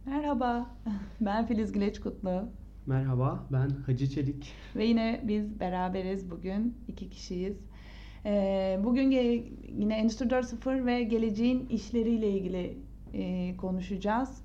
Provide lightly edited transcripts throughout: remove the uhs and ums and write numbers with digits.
Merhaba, ben Filiz Güleçkutlu Merhaba, ben Hacı Çelik. ve yine biz beraberiz bugün, iki kişiyiz. Bugün yine Endüstri 4.0 ve geleceğin işleriyle ilgili konuşacağız.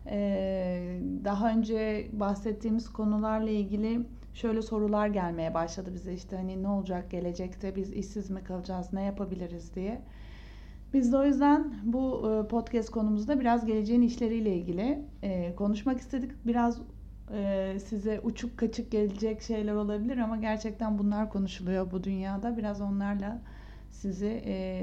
Daha önce bahsettiğimiz konularla ilgili şöyle sorular gelmeye başladı bize işte hani ne olacak gelecekte biz işsiz mi kalacağız, ne yapabiliriz diye. Biz de o yüzden bu podcast konumuzda biraz geleceğin işleriyle ilgili konuşmak istedik. Biraz size uçuk kaçık gelecek şeyler olabilir ama gerçekten bunlar konuşuluyor bu dünyada. Biraz onlarla sizi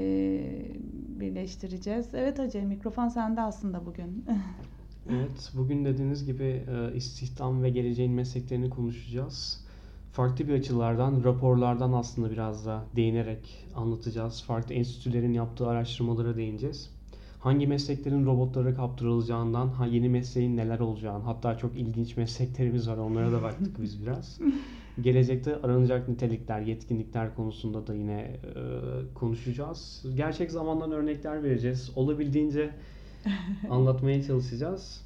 birleştireceğiz. Evet Hacı, mikrofon sende aslında bugün. Evet, bugün dediğiniz gibi istihdam ve geleceğin mesleklerini konuşacağız. Farklı bir açılardan, raporlardan aslında biraz da değinerek anlatacağız. Farklı enstitülerin yaptığı araştırmalara değineceğiz. Hangi mesleklerin robotlara kaptırılacağından, yeni mesleğin neler olacağını, hatta çok ilginç mesleklerimiz var, onlara da baktık biz biraz. Gelecekte aranacak nitelikler, yetkinlikler konusunda da yine konuşacağız. Gerçek zamandan örnekler vereceğiz. Olabildiğince anlatmaya çalışacağız.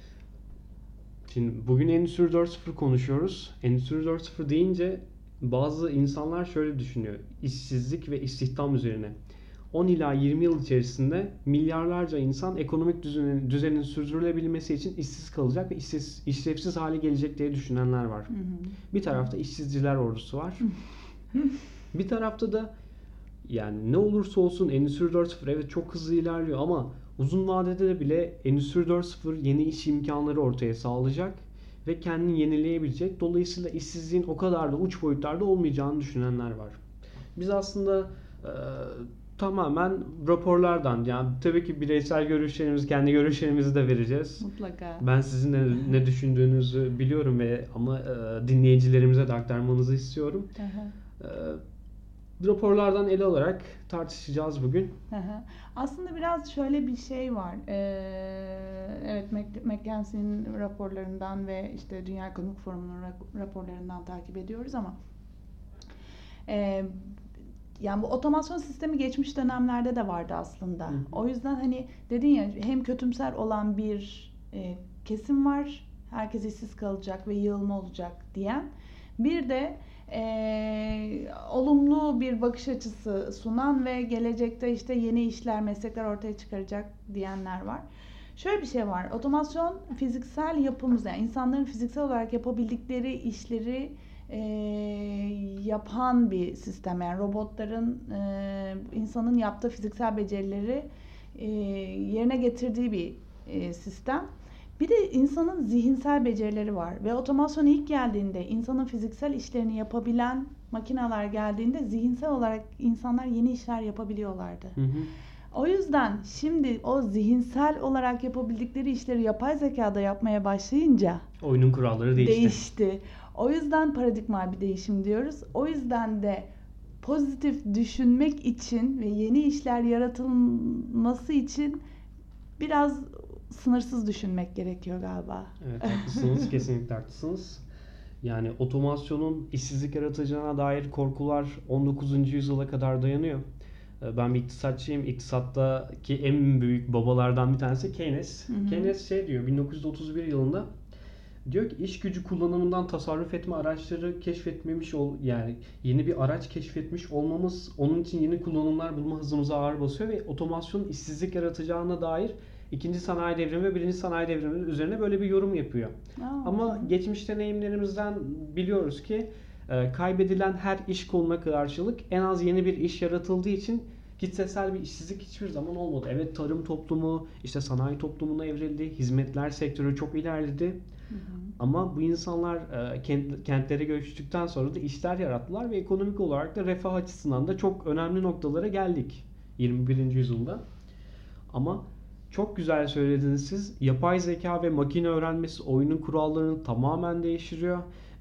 Şimdi bugün Endüstri 4.0 konuşuyoruz. Endüstri 4.0 deyince bazı insanlar şöyle düşünüyor. İşsizlik ve istihdam üzerine. 10 ila 20 yıl içerisinde milyarlarca insan ekonomik düzenin sürdürülebilmesi için işsiz kalacak ve işlevsiz hale gelecek diye düşünenler var. Bir tarafta işsizciler ordusu var. Bir tarafta da yani ne olursa olsun Endüstri 4.0 evet çok hızlı ilerliyor ama uzun vadede de bile Endüstri 4.0 yeni iş imkanları ortaya sağlayacak ve kendini yenileyebilecek. Dolayısıyla işsizliğin o kadar da uç boyutlarda olmayacağını düşünenler var. Biz aslında e, tamamen raporlardan, yani tabii ki bireysel görüşlerimizi, kendi görüşlerimizi de vereceğiz. Mutlaka. Ben sizin ne düşündüğünüzü biliyorum ama dinleyicilerimize de aktarmanızı istiyorum. E, Raporlardan ele alarak tartışacağız bugün. Aslında biraz şöyle bir şey var. Evet, McKinsey'nin raporlarından ve işte Dünya Ekonomik Forumu'nun raporlarından takip ediyoruz ama e, yani bu otomasyon sistemi geçmiş dönemlerde de vardı aslında. Hı hı. O yüzden hani dedin ya hem kötümser olan bir kesim var. Herkes işsiz kalacak ve yığılma olacak diyen. Bir de olumlu bir bakış açısı sunan ve gelecekte işte yeni işler, meslekler ortaya çıkaracak diyenler var. Şöyle bir şey var. Otomasyon fiziksel yapımız, yani insanların fiziksel olarak yapabildikleri işleri e, yapan bir sistem. Yani robotların insanın yaptığı fiziksel becerileri yerine getirdiği bir sistem. Bir de insanın zihinsel becerileri var ve otomasyon ilk geldiğinde insanın fiziksel işlerini yapabilen makineler geldiğinde zihinsel olarak insanlar yeni işler yapabiliyorlardı. Hı hı. O yüzden şimdi o zihinsel olarak yapabildikleri işleri yapay zekada yapmaya başlayınca Oyunun kuralları değişti. O yüzden paradigmal bir değişim diyoruz. O yüzden de pozitif düşünmek için ve yeni işler yaratılması için biraz sınırsız düşünmek gerekiyor galiba. Evet, haklısınız. Kesinlikle haklısınız. Yani otomasyonun işsizlik yaratacağına dair korkular 19. yüzyıla kadar dayanıyor. Ben bir iktisatçıyım. İktisattaki en büyük babalardan bir tanesi Keynes. Hı hı. Keynes şey diyor 1931 yılında, diyor ki iş gücü kullanımından tasarruf etme araçları yani yeni bir araç keşfetmiş olmamız onun için yeni kullanımlar bulma hızımıza ağır basıyor ve otomasyonun işsizlik yaratacağına dair ikinci sanayi devrimi ve birinci sanayi devrimi üzerine böyle bir yorum yapıyor. Ama geçmiş deneyimlerimizden biliyoruz ki kaybedilen her iş koluna karşılık en az yeni bir iş yaratıldığı için kitlesel bir işsizlik hiçbir zaman olmadı. Evet, tarım toplumu işte sanayi toplumuna evrildi, hizmetler sektörü çok ilerledi. Hı hı. Ama bu insanlar kentlere göçtükten sonra da işler yarattılar ve ekonomik olarak da refah açısından da çok önemli noktalara geldik 21. yüzyılda. Ama çok güzel söylediniz siz. Yapay zeka ve makine öğrenmesi oyunun kurallarını tamamen değiştiriyor.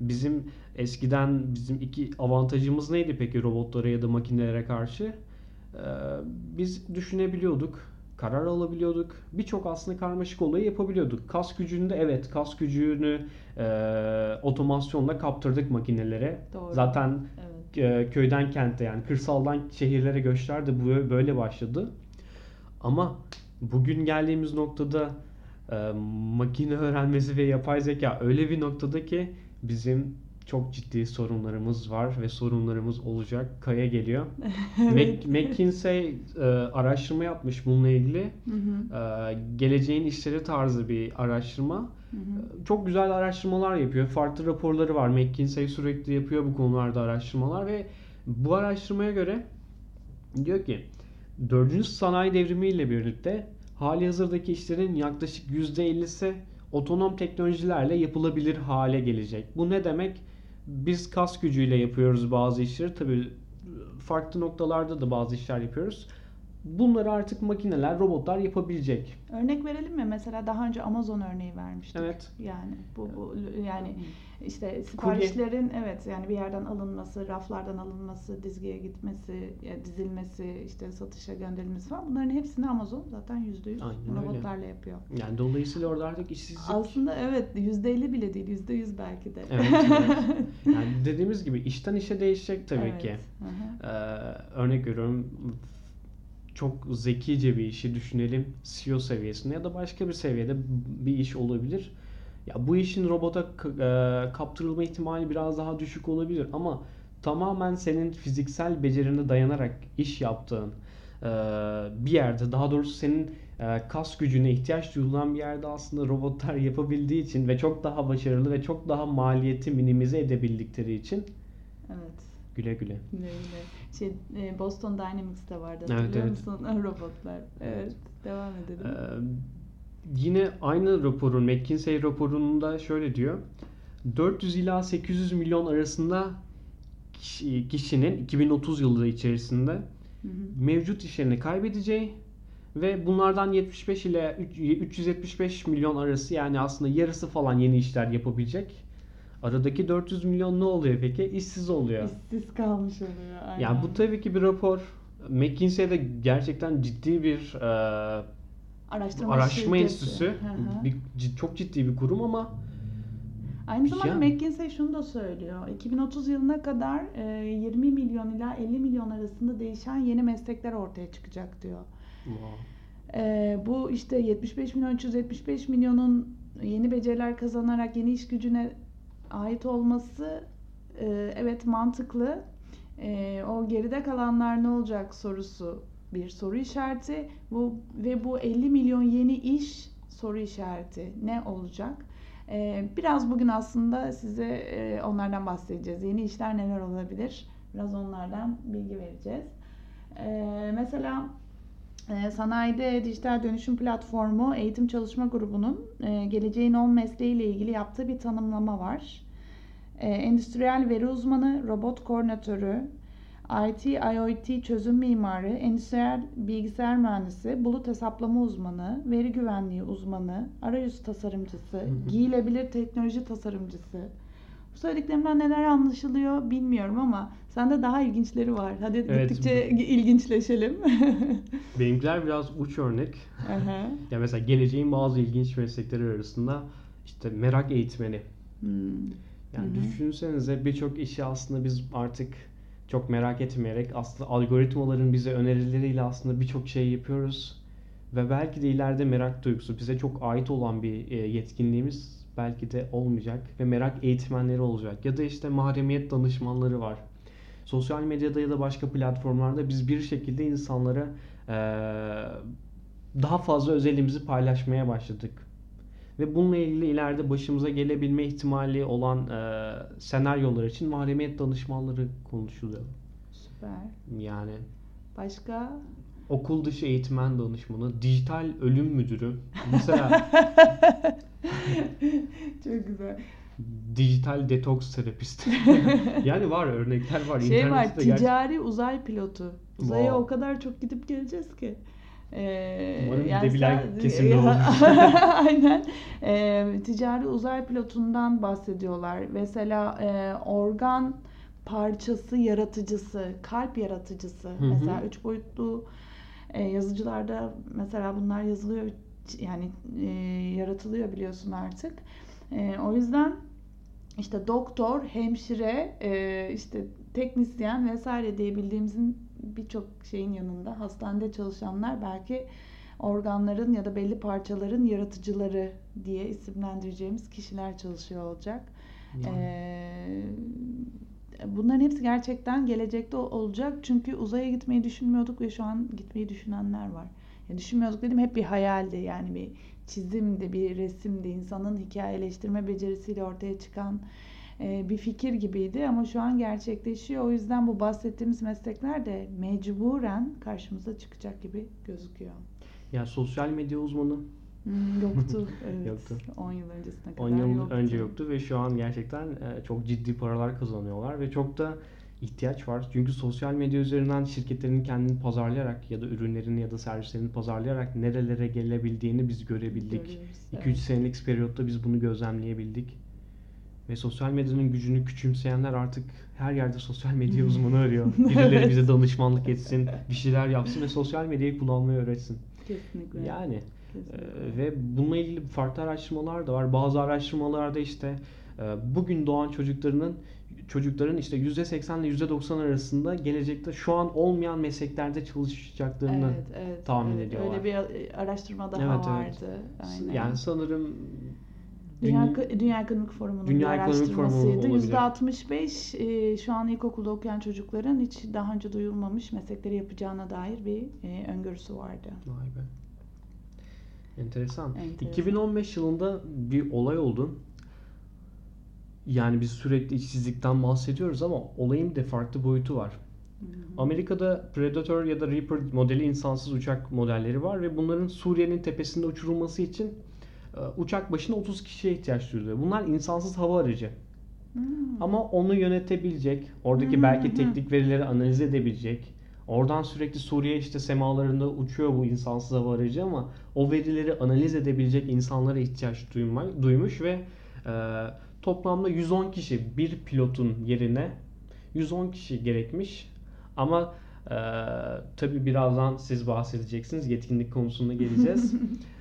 Bizim iki avantajımız neydi peki robotlara ya da makinelere karşı? Ee, Biz düşünebiliyorduk, karar alabiliyorduk. Birçok aslında karmaşık olayı yapabiliyorduk. Kas gücünü otomasyonla kaptırdık makinelere. Doğru. Zaten Evet. köyden kente, yani kırsaldan şehirlere göçler de böyle başladı. Ama bugün geldiğimiz noktada makine öğrenmesi ve yapay zeka öyle bir noktada ki bizim çok ciddi sorunlarımız var ve sorunlarımız olacak. Kaya geliyor. Evet. McKinsey araştırma yapmış bununla ilgili. Hı hı. Geleceğin işleri tarzı bir araştırma. Hı hı. Çok güzel araştırmalar yapıyor. Farklı raporları var. McKinsey sürekli yapıyor bu konularda araştırmalar ve bu araştırmaya göre diyor ki 4. sanayi devrimi ile birlikte halihazırdaki işlerin yaklaşık %50'si otonom teknolojilerle yapılabilir hale gelecek. Bu ne demek? Biz kas gücüyle yapıyoruz bazı işleri. Tabii farklı noktalarda da bazı işler yapıyoruz. Bunları artık makineler, robotlar yapabilecek. Örnek verelim mi? Mesela daha önce Amazon örneği vermiştik. Evet. Yani bu yani işte Kurye. siparişlerin evet yani bir yerden alınması, raflardan alınması, dizgiye gitmesi, dizilmesi, işte satışa gönderilmesi falan bunların hepsini Amazon zaten %100 Aynen öyle. robotlarla yapıyor. Yani dolayısıyla orada artık işsizlik... Aslında evet %50 bile değil %100 belki de. Evet, evet. Yani dediğimiz gibi işten işe değişecek tabii Evet. ki. Hı hı. Örnek veriyorum, çok zekice bir işi düşünelim, CEO seviyesinde ya da başka bir seviyede bir iş olabilir. Ya bu işin robota kaptırılma ihtimali biraz daha düşük olabilir ama tamamen senin fiziksel becerine dayanarak iş yaptığın bir yerde, daha doğrusu senin kas gücüne ihtiyaç duyulan bir yerde aslında robotlar yapabildiği için ve çok daha başarılı ve çok daha maliyeti minimize edebildikleri için Evet. güle güle. Güle güle. Boston Dynamics'te vardı Evet, hatırlıyor evet. musun? Robotlar. Evet. Devam edelim. Yine aynı raporun, McKinsey raporunda şöyle diyor. 400 ila 800 milyon arasında kişinin 2030 yılı içerisinde Hı hı. mevcut işlerini kaybedeceği ve bunlardan 75 ile 375 milyon arası, yani aslında yarısı falan yeni işler yapabilecek. Aradaki 400 milyon ne oluyor peki? İşsiz oluyor. İşsiz kalmış oluyor. Aynen. Yani bu tabii ki bir rapor. McKinsey'de gerçekten ciddi bir araştırma araştırma şirketi. enstitüsü. Hı hı. Çok ciddi bir kurum ama Aynı zamanda ya, McKinsey şunu da söylüyor. 2030 yılına kadar 20 milyon ila 50 milyon arasında değişen yeni meslekler ortaya çıkacak diyor. wow. Bu işte 75 milyon 375 milyonun yeni beceriler kazanarak yeni iş gücüne ait olması evet mantıklı. O geride kalanlar ne olacak sorusu bir soru işareti. Bu 50 milyon yeni iş soru işareti ne olacak? Biraz bugün aslında size onlardan bahsedeceğiz. Yeni işler neler olabilir? Biraz onlardan bilgi vereceğiz. Mesela Sanayide Dijital Dönüşüm Platformu Eğitim Çalışma Grubu'nun geleceğin 10 mesleğiyle ilgili yaptığı bir tanımlama var. Endüstriyel veri uzmanı, robot koordinatörü, IT, IoT çözüm mimarı, endüstriyel bilgisayar mühendisi, bulut hesaplama uzmanı, veri güvenliği uzmanı, arayüz tasarımcısı, giyilebilir teknoloji tasarımcısı. Bu söylediklerimden neler anlaşılıyor bilmiyorum ama sende daha ilginçleri var. Hadi Evet. gittikçe ilginçleşelim. Benimkiler biraz uç örnek. Aha. Ya mesela geleceğin bazı ilginç meslekleri arasında işte merak eğitmeni. Yani Hı hı. düşünsenize, birçok işi aslında biz artık çok merak etmeyerek, aslında algoritmaların bize önerileriyle aslında birçok şey yapıyoruz. Ve belki de ileride merak duygusu, bize çok ait olan bir yetkinliğimiz belki de olmayacak ve merak eğitmenleri olacak. Ya da işte mahremiyet danışmanları var. Sosyal medyada ya da başka platformlarda biz bir şekilde insanlara daha fazla özelimizi paylaşmaya başladık. Ve bununla ilgili ileride başımıza gelebilme ihtimali olan senaryolar için mahremiyet danışmanları konuşuluyor. Süper. Yani Başka? okul dışı eğitmen danışmanı, dijital ölüm müdürü. Mesela Çok güzel. dijital detoks terapisti. Yani var, örnekler var. Var, İnternette de ticari uzay pilotu. Uzaya Wow. o kadar çok gidip geleceğiz ki. Umarım gidebilen kesim de olur. olur. Aynen. Ticari uzay pilotundan bahsediyorlar. Mesela organ parçası yaratıcısı, kalp yaratıcısı. Hı hı. Mesela 3 boyutlu yazıcılarda mesela bunlar yazılıyor. Yani yaratılıyor biliyorsun artık. O yüzden işte doktor, hemşire, işte teknisyen vesaire diye bildiğimizin birçok şeyin yanında hastanede çalışanlar belki organların ya da belli parçaların yaratıcıları diye isimlendireceğimiz kişiler çalışıyor olacak. Bunların hepsi gerçekten gelecekte olacak. Çünkü uzaya gitmeyi düşünmüyorduk ve şu an gitmeyi düşünenler var. Yani düşünmüyorduk dedim, hep bir hayaldi. Yani bir çizimdi, bir resimdi. İnsanın hikayeleştirme becerisiyle ortaya çıkan bir fikir gibiydi. Ama şu an gerçekleşiyor. O yüzden bu bahsettiğimiz meslekler de mecburen karşımıza çıkacak gibi gözüküyor. Ya sosyal medya uzmanı Yoktu. Evet. Yoktu. 10 yıl öncesine kadar 10 yıl yoktu. önce yoktu ve şu an gerçekten çok ciddi paralar kazanıyorlar ve çok da ihtiyaç var. Çünkü sosyal medya üzerinden şirketlerin kendini pazarlayarak ya da ürünlerini ya da servislerini pazarlayarak nerelere gelebildiğini biz görebildik. 2-3 senelik periyotta biz bunu gözlemleyebildik. Ve sosyal medyanın gücünü küçümseyenler artık her yerde sosyal medya uzmanı arıyor. Birileri bize danışmanlık etsin, bir şeyler yapsın ve sosyal medyayı kullanmayı öğretsin. Kesinlikle. Yani ve bununla ilgili farklı araştırmalar da var. Bazı araştırmalarda işte bugün doğan çocukların işte %80 ile %90 arasında gelecekte şu an olmayan mesleklerde çalışacaklarını tahmin ediyorlar. Öyle bir araştırma daha vardı. Aynen. Yani sanırım Dünya Ekonomik Forumu'nun bir araştırmasıydı. %65 şu an ilkokulda okuyan çocukların hiç daha önce duyulmamış meslekleri yapacağına dair bir öngörüsü vardı. Vay be. Enteresan. 2015 yılında bir olay oldu. Yani biz sürekli işsizlikten bahsediyoruz ama olayın bir de farklı boyutu var. Amerika'da Predator ya da Reaper modeli insansız uçak modelleri var ve bunların Suriye'nin tepesinde uçurulması için uçak başına 30 kişiye ihtiyaç duyuluyor. Bunlar insansız hava aracı. Ama onu yönetebilecek, oradaki belki teknik verileri analiz edebilecek. Oradan sürekli Suriye işte semalarında uçuyor bu insansız hava aracı ama o verileri analiz edebilecek insanlara ihtiyaç duymuş ve toplamda 110 kişi bir pilotun yerine 110 kişi gerekmiş. Ama tabii birazdan siz bahsedeceksiniz. Yetkinlik konusunda geleceğiz.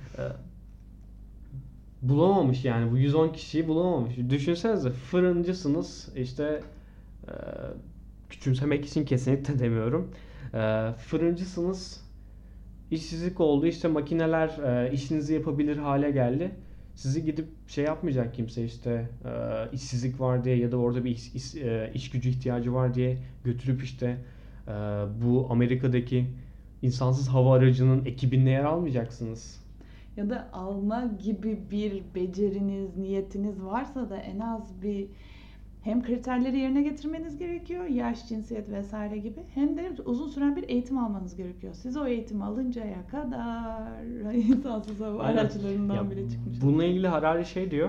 Bulamamış yani bu 110 kişiyi bulamamış. Düşünsenize fırıncısınız işte küçümsemek için kesinlikle demiyorum. Fırıncısınız, işsizlik oldu, işte makineler işinizi yapabilir hale geldi. Sizi gidip şey yapmayacak kimse işte işsizlik var diye ya da orada bir iş gücü ihtiyacı var diye götürüp işte bu Amerika'daki insansız hava aracının ekibinde yer almayacaksınız. Ya da alma gibi bir beceriniz, niyetiniz varsa da en az bir hem kriterleri yerine getirmeniz gerekiyor, yaş, cinsiyet vesaire gibi, hem de uzun süren bir eğitim almanız gerekiyor. Siz o eğitimi alıncaya kadar insansız hava araçlarından bile çıkmış. Bununla ilgili Harari şey diyor.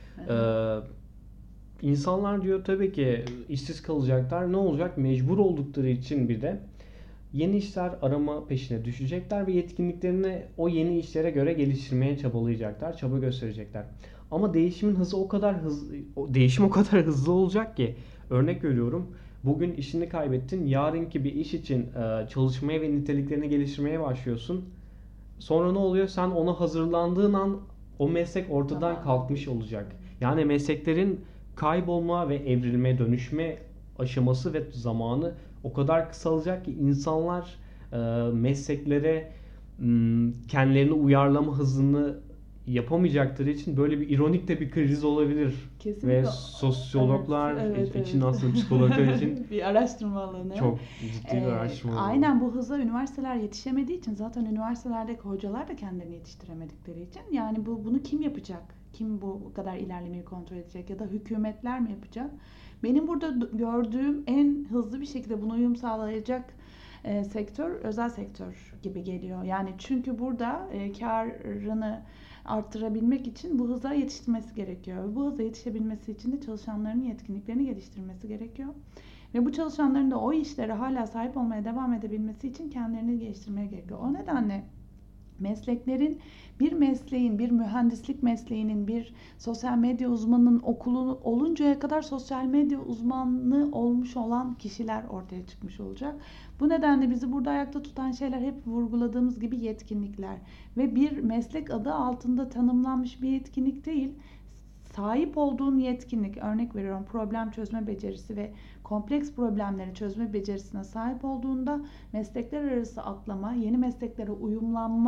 İnsanlar diyor tabii ki işsiz kalacaklar. Ne olacak? Mecbur oldukları için bir de yeni işler arama peşine düşecekler ve yetkinliklerini o yeni işlere göre geliştirmeye çabalayacaklar, çaba gösterecekler. Ama değişim o kadar hızlı olacak ki, örnek veriyorum. Bugün işini kaybettin, yarınki bir iş için çalışmaya ve niteliklerini geliştirmeye başlıyorsun. Sonra ne oluyor? Sen ona hazırlandığın an o meslek ortadan kalkmış olacak. Yani mesleklerin kaybolma ve evrilme, dönüşme aşaması ve zamanı o kadar kısalacak ki insanlar mesleklere kendilerini uyarlama hızını yapamayacakları için böyle bir ironik de bir kriz olabilir. Kesinlikle. Ve sosyologlar için aslında psikologlar için bir araştırma alanı. Çok ciddi bir araştırma alanı. Aynen, bu hıza üniversiteler yetişemediği için, zaten üniversitelerdeki hocalar da kendilerini yetiştiremedikleri için, yani bunu kim yapacak? Kim bu kadar ilerlemeyi kontrol edecek ya da hükümetler mi yapacak? Benim burada gördüğüm en hızlı bir şekilde buna uyum sağlayacak sektör özel sektör gibi geliyor. Yani çünkü burada karını arttırabilmek için bu hıza yetiştirmesi gerekiyor. Bu hıza yetişebilmesi için de çalışanların yetkinliklerini geliştirmesi gerekiyor. Ve bu çalışanların da o işlere hala sahip olmaya devam edebilmesi için kendilerini geliştirmeye gerekiyor. O nedenle mesleklerin, bir mesleğin, bir mühendislik mesleğinin, bir sosyal medya uzmanının okulu oluncaya kadar sosyal medya uzmanlığı olmuş olan kişiler ortaya çıkmış olacak. Bu nedenle bizi burada ayakta tutan şeyler hep vurguladığımız gibi yetkinlikler. Ve bir meslek adı altında tanımlanmış bir yetkinlik değil, sahip olduğun yetkinlik, örnek veriyorum problem çözme becerisi ve kompleks problemleri çözme becerisine sahip olduğunda meslekler arası atlama, yeni mesleklere uyumlanma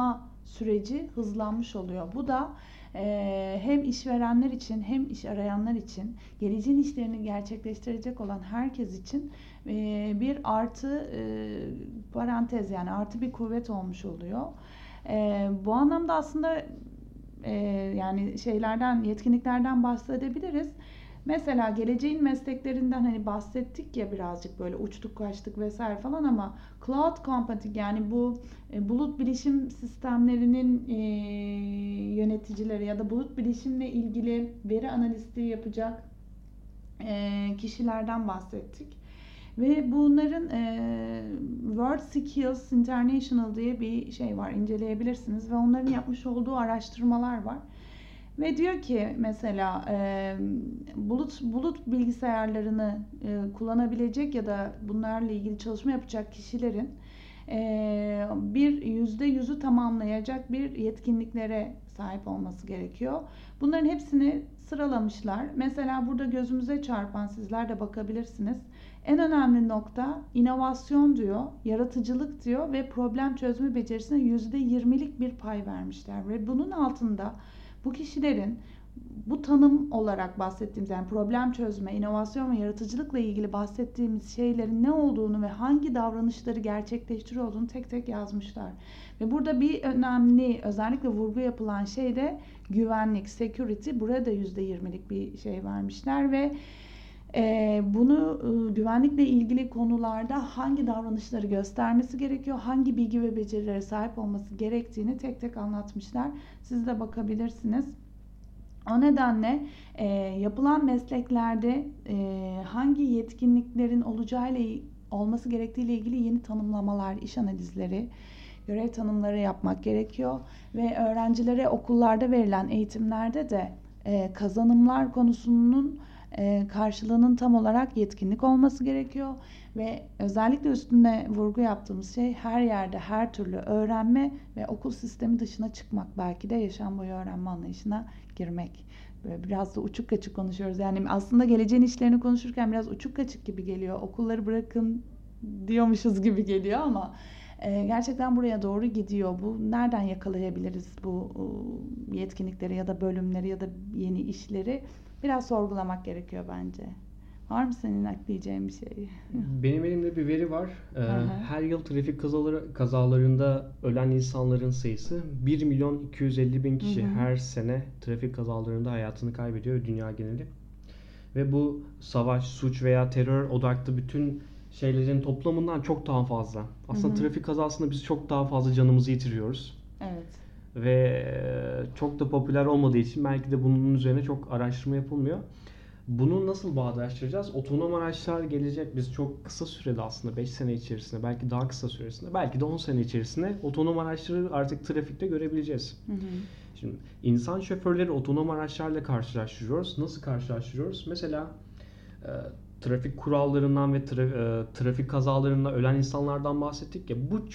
süreci hızlanmış oluyor. Bu da hem işverenler için hem iş arayanlar için, geleceğin işlerini gerçekleştirecek olan herkes için bir artı parantez, yani artı bir kuvvet olmuş oluyor. Bu anlamda aslında yani yetkinliklerden bahsedebiliriz. Mesela geleceğin mesleklerinden hani bahsettik ya, birazcık böyle uçtuk kaçtık vesaire falan, ama cloud computing, yani bu bulut bilişim sistemlerinin yöneticileri ya da bulut bilişimle ilgili veri analisti yapacak kişilerden bahsettik. Ve bunların World Skills International diye bir şey var, inceleyebilirsiniz ve onların yapmış olduğu araştırmalar var. Ve diyor ki mesela bulut bilgisayarlarını kullanabilecek ya da bunlarla ilgili çalışma yapacak kişilerin bir %100'ü tamamlayacak bir yetkinliklere sahip olması gerekiyor. Bunların hepsini sıralamışlar. Mesela burada gözümüze çarpan, sizler de bakabilirsiniz. En önemli nokta inovasyon diyor, yaratıcılık diyor ve problem çözme becerisine %20'lik bir pay vermişler. Ve bunun altında bu kişilerin bu tanım olarak bahsettiğimiz, yani problem çözme, inovasyon ve yaratıcılıkla ilgili bahsettiğimiz şeylerin ne olduğunu ve hangi davranışları gerçekleştiriyor olduğunu tek tek yazmışlar. Ve burada bir önemli, özellikle vurgu yapılan şey de güvenlik, security. Burada %20'lik bir şey vermişler ve bunu güvenlikle ilgili konularda hangi davranışları göstermesi gerekiyor, hangi bilgi ve becerilere sahip olması gerektiğini tek tek anlatmışlar. Siz de bakabilirsiniz. O nedenle yapılan mesleklerde hangi yetkinliklerin olması gerektiğiyle ilgili yeni tanımlamalar, iş analizleri, görev tanımları yapmak gerekiyor. Ve öğrencilere okullarda verilen eğitimlerde de kazanımlar konusunun karşılığının tam olarak yetkinlik olması gerekiyor. Ve özellikle üstüne vurgu yaptığımız şey, her yerde her türlü öğrenme ve okul sistemi dışına çıkmak, belki de yaşam boyu öğrenme anlayışına girmek. Böyle biraz da uçuk kaçık konuşuyoruz. Yani aslında geleceğin işlerini konuşurken biraz uçuk kaçık gibi geliyor. Okulları bırakın diyormuşuz gibi geliyor ama gerçekten buraya doğru gidiyor. Bu nereden yakalayabiliriz bu yetkinlikleri ya da bölümleri ya da yeni işleri? Biraz sorgulamak gerekiyor bence. Var mı senin ekleyeceğin bir şey? Benim elimde bir veri var. Her yıl trafik kazalarında ölen insanların sayısı 1.250.000 kişi her sene trafik kazalarında hayatını kaybediyor dünya geneli. Ve bu savaş, suç veya terör odaklı bütün şeylerin toplamından çok daha fazla. Aslında trafik kazasında biz çok daha fazla canımızı yitiriyoruz. Evet. Ve çok da popüler olmadığı için belki de bunun üzerine çok araştırma yapılmıyor. Bunu nasıl bağdaştıracağız? Otonom araçlar gelecek. Biz çok kısa sürede, aslında 5 sene içerisinde, belki daha kısa süresinde, belki de 10 sene içerisinde otonom araçları artık trafikte görebileceğiz. Şimdi insan şoförleri otonom araçlarla karşılaştırıyoruz. Nasıl karşılaştırıyoruz? Mesela trafik kurallarından ve trafik kazalarında ölen insanlardan bahsettik ya.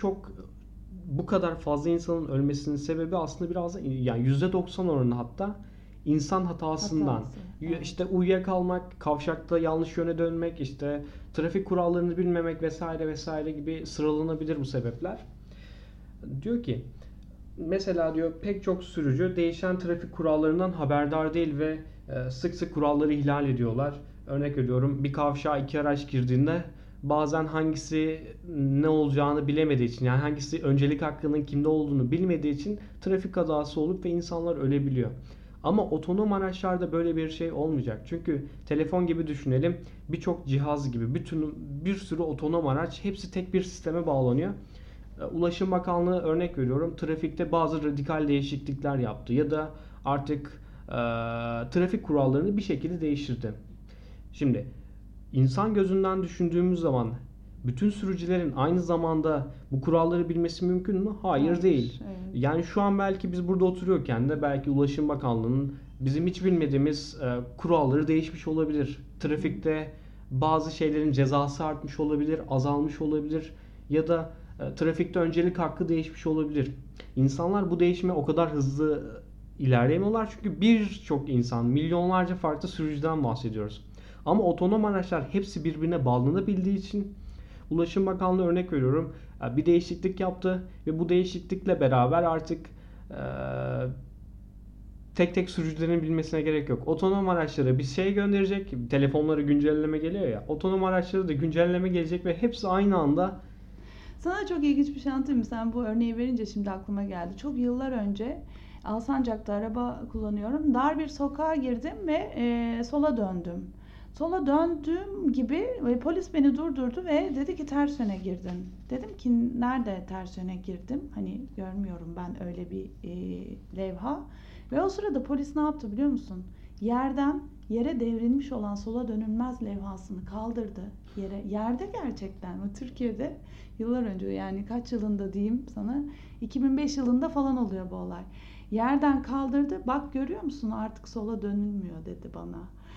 Bu kadar fazla insanın ölmesinin sebebi aslında biraz da, yani %90 oranı hatta insan hatasından. Evet. İşte uyuyakalmak, kavşakta yanlış yöne dönmek, işte trafik kurallarını bilmemek vesaire vesaire gibi sıralanabilir bu sebepler. Diyor ki mesela, diyor, pek çok sürücü değişen trafik kurallarından haberdar değil ve sık sık kuralları ihlal ediyorlar. Örnek veriyorum, bir kavşağa iki araç girdiğinde bazen hangisi ne olacağını bilemediği için, yani hangisi öncelik hakkının kimde olduğunu bilmediği için trafik kazası olup ve insanlar ölebiliyor. Ama otonom araçlarda böyle bir şey olmayacak. Çünkü telefon gibi düşünelim. Birçok cihaz gibi bir sürü otonom araç, hepsi tek bir sisteme bağlanıyor. Ulaşım Bakanlığı, örnek veriyorum, trafikte bazı radikal değişiklikler yaptı ya da artık trafik kurallarını bir şekilde değiştirdi. Şimdi insan gözünden düşündüğümüz zaman bütün sürücülerin aynı zamanda bu kuralları bilmesi mümkün mü? Hayır, değil. Evet. Yani şu an belki biz burada oturuyorken de belki Ulaşım Bakanlığı'nın bizim hiç bilmediğimiz kuralları değişmiş olabilir. Trafikte bazı şeylerin cezası artmış olabilir, azalmış olabilir ya da trafikte öncelik hakkı değişmiş olabilir. İnsanlar bu değişime o kadar hızlı ilerleyemiyorlar çünkü birçok insan, milyonlarca farklı sürücüden bahsediyoruz. Ama otonom araçlar hepsi birbirine bağlanabildiği için Ulaşım Bakanlığı, örnek veriyorum, bir değişiklik yaptı ve bu değişiklikle beraber artık tek tek sürücülerin bilmesine gerek yok. Otonom araçlara bir şey gönderecek. Telefonlara güncelleme geliyor ya. Otonom araçlara da güncelleme gelecek ve hepsi aynı anda. Sana çok ilginç bir şey anlatayım mı? Sen bu örneği verince şimdi aklıma geldi. Çok yıllar önce Alsancak'ta araba kullanıyorum. Dar bir sokağa girdim ve sola döndüm. Sola döndüğüm gibi polis beni durdurdu ve dedi ki ters yöne girdin. Dedim ki nerede ters yöne girdim? Hani görmüyorum ben öyle bir levha. Ve o sırada polis ne yaptı biliyor musun? Yerden yere devrilmiş olan sola dönülmez levhasını kaldırdı yere. Yerde gerçekten. O Türkiye'de yıllar önce, yani kaç yılında diyeyim sana, 2005 yılında falan oluyor bu olay. Yerden kaldırdı. Bak görüyor musun artık sola dönülmüyor dedi bana.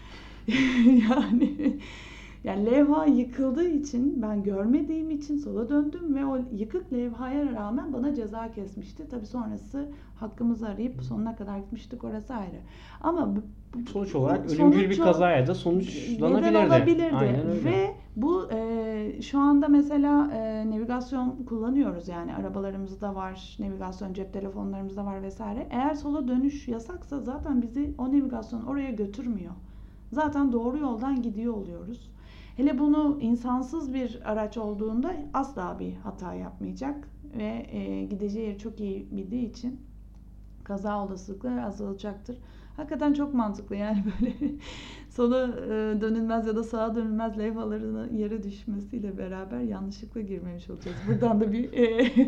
Yani levha yıkıldığı için, ben görmediğim için sola döndüm ve o yıkık levhaya rağmen bana ceza kesmişti. Tabii sonrası hakkımızı arayıp sonuna kadar gitmiştik, orası ayrı. Ama sonuç olarak ölümcül bir kazaya da sonuçlanabilirdi. Aynen öyle. Ve bu şu anda mesela navigasyon kullanıyoruz, yani arabalarımızda var, navigasyon cep telefonlarımızda var vesaire. Eğer sola dönüş yasaksa zaten bizi o navigasyon oraya götürmüyor. Zaten doğru yoldan gidiyor oluyoruz. Hele bunu insansız bir araç olduğunda asla bir hata yapmayacak ve gideceği yeri çok iyi bildiği için kaza olasılıkları azalacaktır. Hakikaten çok mantıklı, yani böyle sola dönülmez ya da sağa dönülmez levhaların yere düşmesiyle beraber yanlışlıkla girmemiş olacağız. Buradan da bir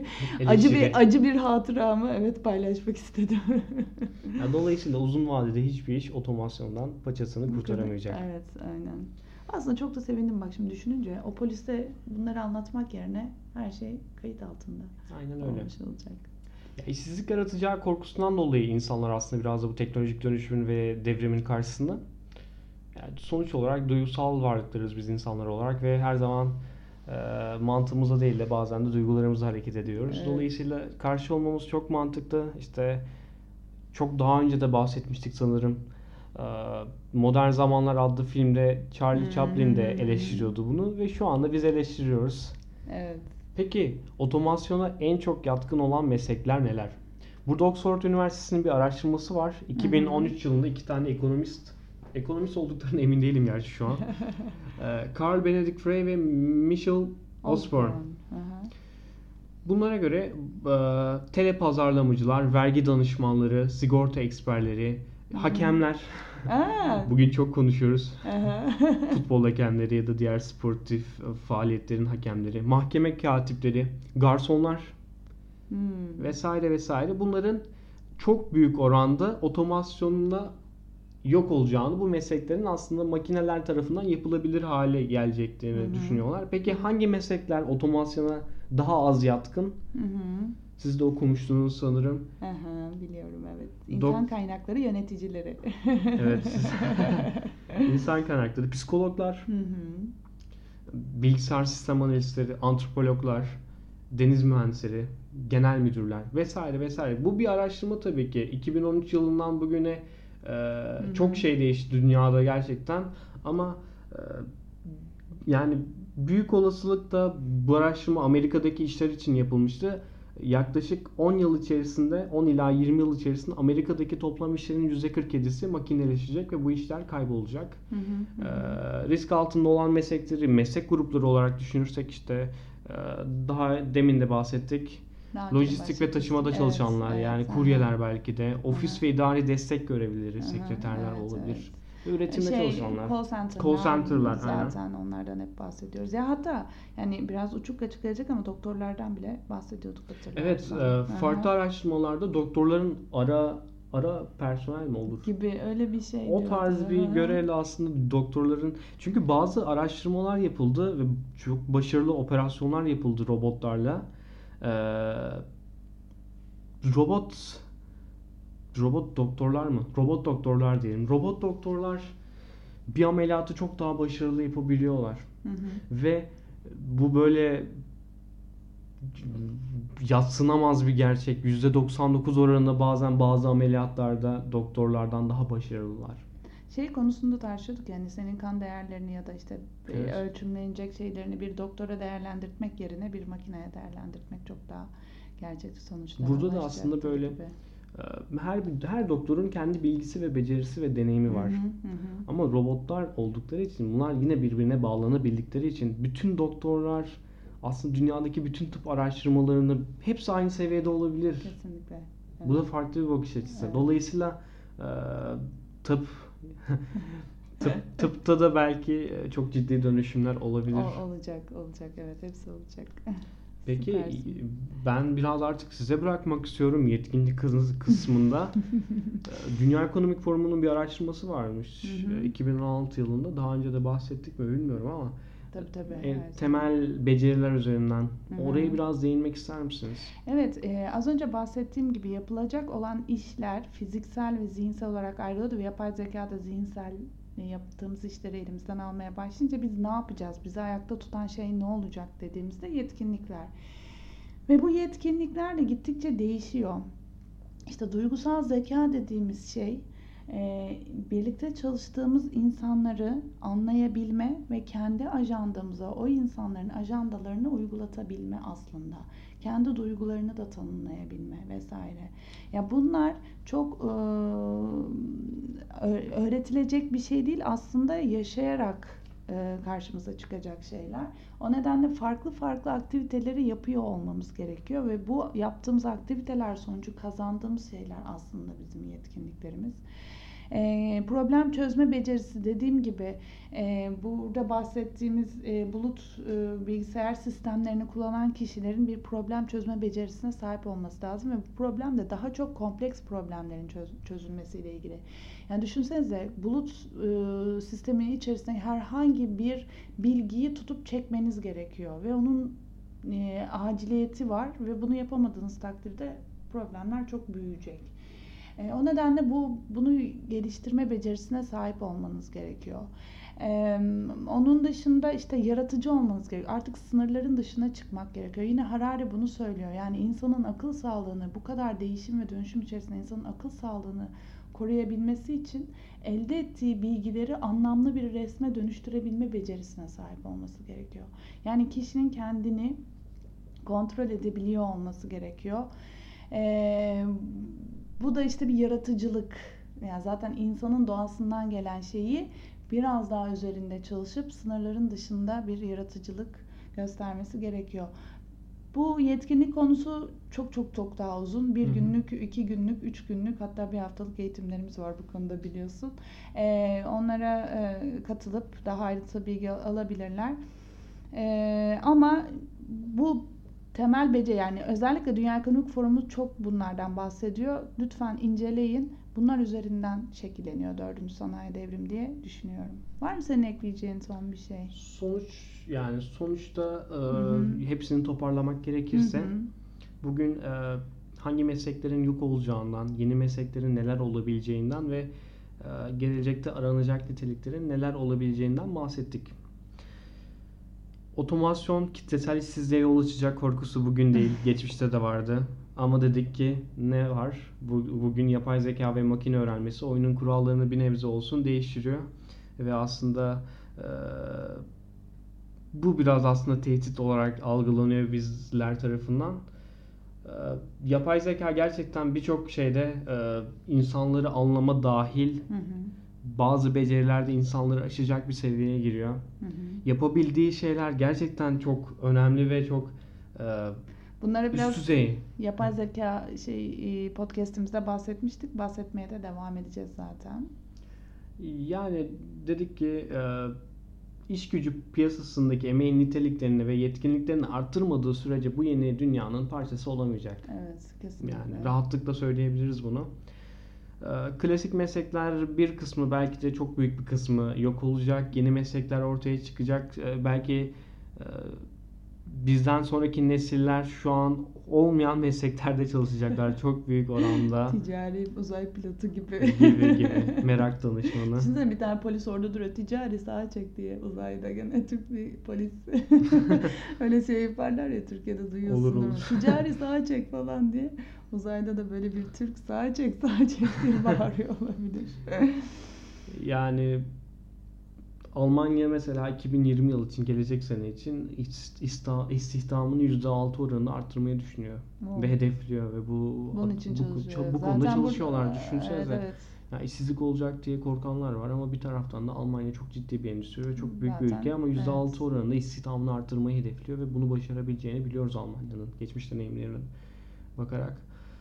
acı bir hatıramı paylaşmak istedim. Dolayısıyla uzun vadede hiçbir iş otomasyondan paçasını kurtaramayacak. Evet, aynen. Aslında çok da sevindim bak şimdi düşününce. O polise bunları anlatmak yerine her şey kayıt altında. Aynen öyle. Olacak. Ya, işsizlik yaratacağı korkusundan dolayı insanlar aslında biraz da bu teknolojik dönüşümün ve devrimin karşısında. Yani sonuç olarak duygusal varlıklarız biz insanlar olarak ve her zaman mantığımıza değil de bazen de duygularımıza hareket ediyoruz. Evet. Dolayısıyla karşı olmamız çok mantıklı. İşte çok daha önce de bahsetmiştik sanırım. Modern Zamanlar adlı filmde Charlie Chaplin de eleştiriyordu bunu ve şu anda biz eleştiriyoruz. Evet. Peki otomasyona en çok yatkın olan meslekler neler? Burada Oxford Üniversitesi'nin bir araştırması var. 2013 yılında iki tane ekonomist olduklarına emin değilim gerçi şu an. Carl Benedict Frey ve Michelle Osborne. Bunlara göre telepazarlamacılar, vergi danışmanları, sigorta eksperleri, hakemler. Bugün çok konuşuyoruz. Futbol hakemleri ya da diğer sportif faaliyetlerin hakemleri, mahkeme katipleri, garsonlar vesaire vesaire. Bunların çok büyük oranda otomasyonla yok olacağını, bu mesleklerin aslında makineler tarafından yapılabilir hale geleceklerini düşünüyorlar. Peki hangi meslekler otomasyona daha az yatkın? Siz de okumuştunuz sanırım. Biliyorum, evet. İnsan kaynakları yöneticileri. Evet. İnsan kaynakları, psikologlar, bilgisayar sistem analistleri, antropologlar, deniz mühendisleri, genel müdürler vesaire vesaire. Bu bir araştırma tabii ki. 2013 yılından bugüne çok şey değişti dünyada gerçekten. Ama yani büyük olasılıkla bu araştırma Amerika'daki işler için yapılmıştı. Yaklaşık 10 yıl içerisinde, 10 ila 20 yıl içerisinde Amerika'daki toplam işlerin %47'si makineleşecek ve bu işler kaybolacak. Risk altında olan meslekleri, meslek grupları olarak düşünürsek işte daha demin de bahsettik. Lojistik ve taşımada çalışanlar, yani kuryeler belki de, ofis ve idari destek görevlileri, sekreterler olabilir. Üretimde çalışanlar. Call center'lar. Zaten onlardan hep bahsediyoruz. Ya hatta yani biraz uçuk açıklayacak ama doktorlardan bile bahsediyorduk, hatırlarsan. Evet, farklı araştırmalarda doktorların ara personel mi olur? Gibi öyle bir şey. O tarz bir görevle aslında doktorların, çünkü bazı araştırmalar yapıldı ve çok başarılı operasyonlar yapıldı robotlarla. Robot doktorlar mı? Robot doktorlar diyelim. Robot doktorlar bir ameliyatı çok daha başarılı yapabiliyorlar. Ve bu böyle yadsınamaz bir gerçek. %99 oranında bazen bazı ameliyatlarda doktorlardan daha başarılılar. Şey konusunda tartışıyorduk, yani senin kan değerlerini ya da işte ölçümlenecek şeylerini bir doktora değerlendirmek yerine bir makineye değerlendirmek çok daha gerçekçi sonuçlar. Burada da aslında böyle Her doktorun kendi bilgisi ve becerisi ve deneyimi var. Ama robotlar oldukları için, bunlar yine birbirine bağlanabildikleri için bütün doktorlar aslında dünyadaki bütün tıp araştırmalarını hepsi aynı seviyede olabilir. Kesinlikle. Evet. Bu da farklı bir bakış açısı. Evet. Dolayısıyla tıpta da belki çok ciddi dönüşümler olabilir. Olacak evet, hepsi olacak. Peki Süpersin. Ben biraz artık size bırakmak istiyorum yetkinlik kısmında. Dünya Ekonomik Forumu'nun bir araştırması varmış. 2016 yılında. Daha önce de bahsettik mi bilmiyorum ama Tabii. Temel beceriler üzerinden. Oraya biraz değinmek ister misiniz? Evet, az önce bahsettiğim gibi yapılacak olan işler fiziksel ve zihinsel olarak ayrılıyordu ve yapay zeka da zihinsel yaptığımız işleri elimizden almaya başlayınca biz ne yapacağız? Bizi ayakta tutan şey ne olacak dediğimizde yetkinlikler. Ve bu yetkinlikler de gittikçe değişiyor. İşte duygusal zeka dediğimiz şey birlikte çalıştığımız insanları anlayabilme ve kendi ajandamıza o insanların ajandalarını uygulatabilme aslında. Kendi duygularını da tanımlayabilme vesaire. Ya bunlar çok öğretilecek bir şey değil, aslında yaşayarak karşımıza çıkacak şeyler. O nedenle farklı aktiviteleri yapıyor olmamız gerekiyor ve bu yaptığımız aktiviteler sonucu kazandığımız şeyler aslında bizim yetkinliklerimiz. Problem çözme becerisi dediğim gibi burada bahsettiğimiz bulut bilgisayar sistemlerini kullanan kişilerin bir problem çözme becerisine sahip olması lazım ve bu problem de daha çok kompleks problemlerin çözülmesiyle ilgili. Yani düşünsenize, bulut sistemi içerisinde herhangi bir bilgiyi tutup çekmeniz gerekiyor ve onun aciliyeti var ve bunu yapamadığınız takdirde problemler çok büyüyecek. O nedenle bunu geliştirme becerisine sahip olmanız gerekiyor. Onun dışında işte yaratıcı olmanız gerekiyor. Artık sınırların dışına çıkmak gerekiyor. Yine Harari bunu söylüyor. Yani insanın akıl sağlığını, bu kadar değişim ve dönüşüm içerisinde insanın akıl sağlığını koruyabilmesi için elde ettiği bilgileri anlamlı bir resme dönüştürebilme becerisine sahip olması gerekiyor. Yani kişinin kendini kontrol edebiliyor olması gerekiyor. Bu da işte bir yaratıcılık. Yani zaten insanın doğasından gelen şeyi biraz daha üzerinde çalışıp sınırların dışında bir yaratıcılık göstermesi gerekiyor. Bu yetkinlik konusu çok daha uzun. 1 günlük, 2 günlük, 3 günlük, hatta 1 haftalık eğitimlerimiz var bu konuda, biliyorsun. Onlara katılıp daha ayrıntılı bilgi alabilirler. Ama bu temel beceri, yani özellikle Dünya Ekonomik Forumu çok bunlardan bahsediyor. Lütfen inceleyin. Bunlar üzerinden şekilleniyor 4. Sanayi Devrimi diye düşünüyorum. Var mı senin ekleyeceğin son bir şey? Sonuçta hepsini toparlamak gerekirse bugün hangi mesleklerin yok olacağından, yeni mesleklerin neler olabileceğinden ve gelecekte aranacak niteliklerin neler olabileceğinden bahsettik. Otomasyon kitlesel işsizliğe yol açacak korkusu bugün değil, geçmişte de vardı. Ama dedik ki ne var? Bugün yapay zeka ve makine öğrenmesi oyunun kurallarını bir nebze olsun değiştiriyor. Ve aslında bu biraz aslında tehdit olarak algılanıyor bizler tarafından. Yapay zeka gerçekten birçok şeyde insanları anlama dahil bazı becerilerde insanları aşacak bir seviyeye giriyor. Yapabildiği şeyler gerçekten çok önemli ve çok bunları biraz üst düzey. Yapay zeka podcast'imizde bahsetmiştik. Bahsetmeye de devam edeceğiz zaten. Yani dedik ki iş gücü piyasasındaki emeğin niteliklerini ve yetkinliklerini arttırmadığı sürece bu yeni dünyanın parçası olamayacak. Evet, kesinlikle. Yani rahatlıkla söyleyebiliriz bunu. Klasik meslekler bir kısmı, belki de çok büyük bir kısmı yok olacak. Yeni meslekler ortaya çıkacak. Belki bizden sonraki nesiller şu an olmayan mesleklerde çalışacaklar çok büyük oranda. Ticari uzay pilotu gibi. gibi. Merak danışmanı. Düşünsene, bir tane polis orada duruyor. Ticari sağa çek diye, uzayda gene Türk bir polis. Öyle şey yaparlar ya, Türkiye'de duyuyorsun. Olur. Ticari sağa çek falan diye. Uzayda da böyle bir Türk sağa çek diye bağırıyor olabilir. Yani Almanya mesela 2020 yıl için, gelecek sene için istihdamın %6 oranını arttırmayı düşünüyor. Ve hedefliyor ve bunun için çalışıyor. bu konuda Zaten çalışıyorlar. Düşünsenize. evet. Yani işsizlik olacak diye korkanlar var ama bir taraftan da Almanya çok ciddi bir endüstri ve çok büyük bir ülke ama %6 oranında istihdamını arttırmayı hedefliyor ve bunu başarabileceğini biliyoruz Almanya'nın geçmiş deneyimlerine bakarak.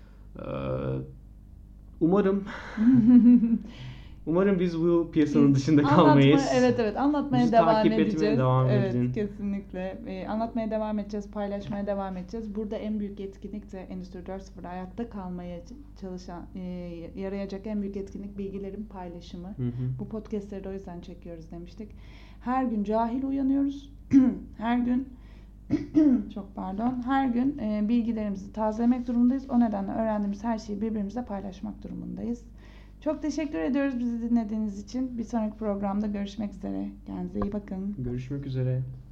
Umarım biz bu piyasanın dışında kalmayız. Evet, anlatmaya Bizi devam takip edeceğiz. etmeye devam Evet, edin. kesinlikle. Anlatmaya devam edeceğiz, paylaşmaya devam edeceğiz. Burada en büyük etkinlik de Endüstri 4.0'da ayakta kalmaya yarayacak en büyük etkinlik bilgilerin paylaşımı. Bu podcastleri de o yüzden çekiyoruz demiştik. Her gün cahil uyanıyoruz. Her gün her gün bilgilerimizi tazelemek durumundayız. O nedenle öğrendiğimiz her şeyi birbirimizle paylaşmak durumundayız. Çok teşekkür ediyoruz bizi dinlediğiniz için. Bir sonraki programda görüşmek üzere. Kendinize iyi bakın. Görüşmek üzere.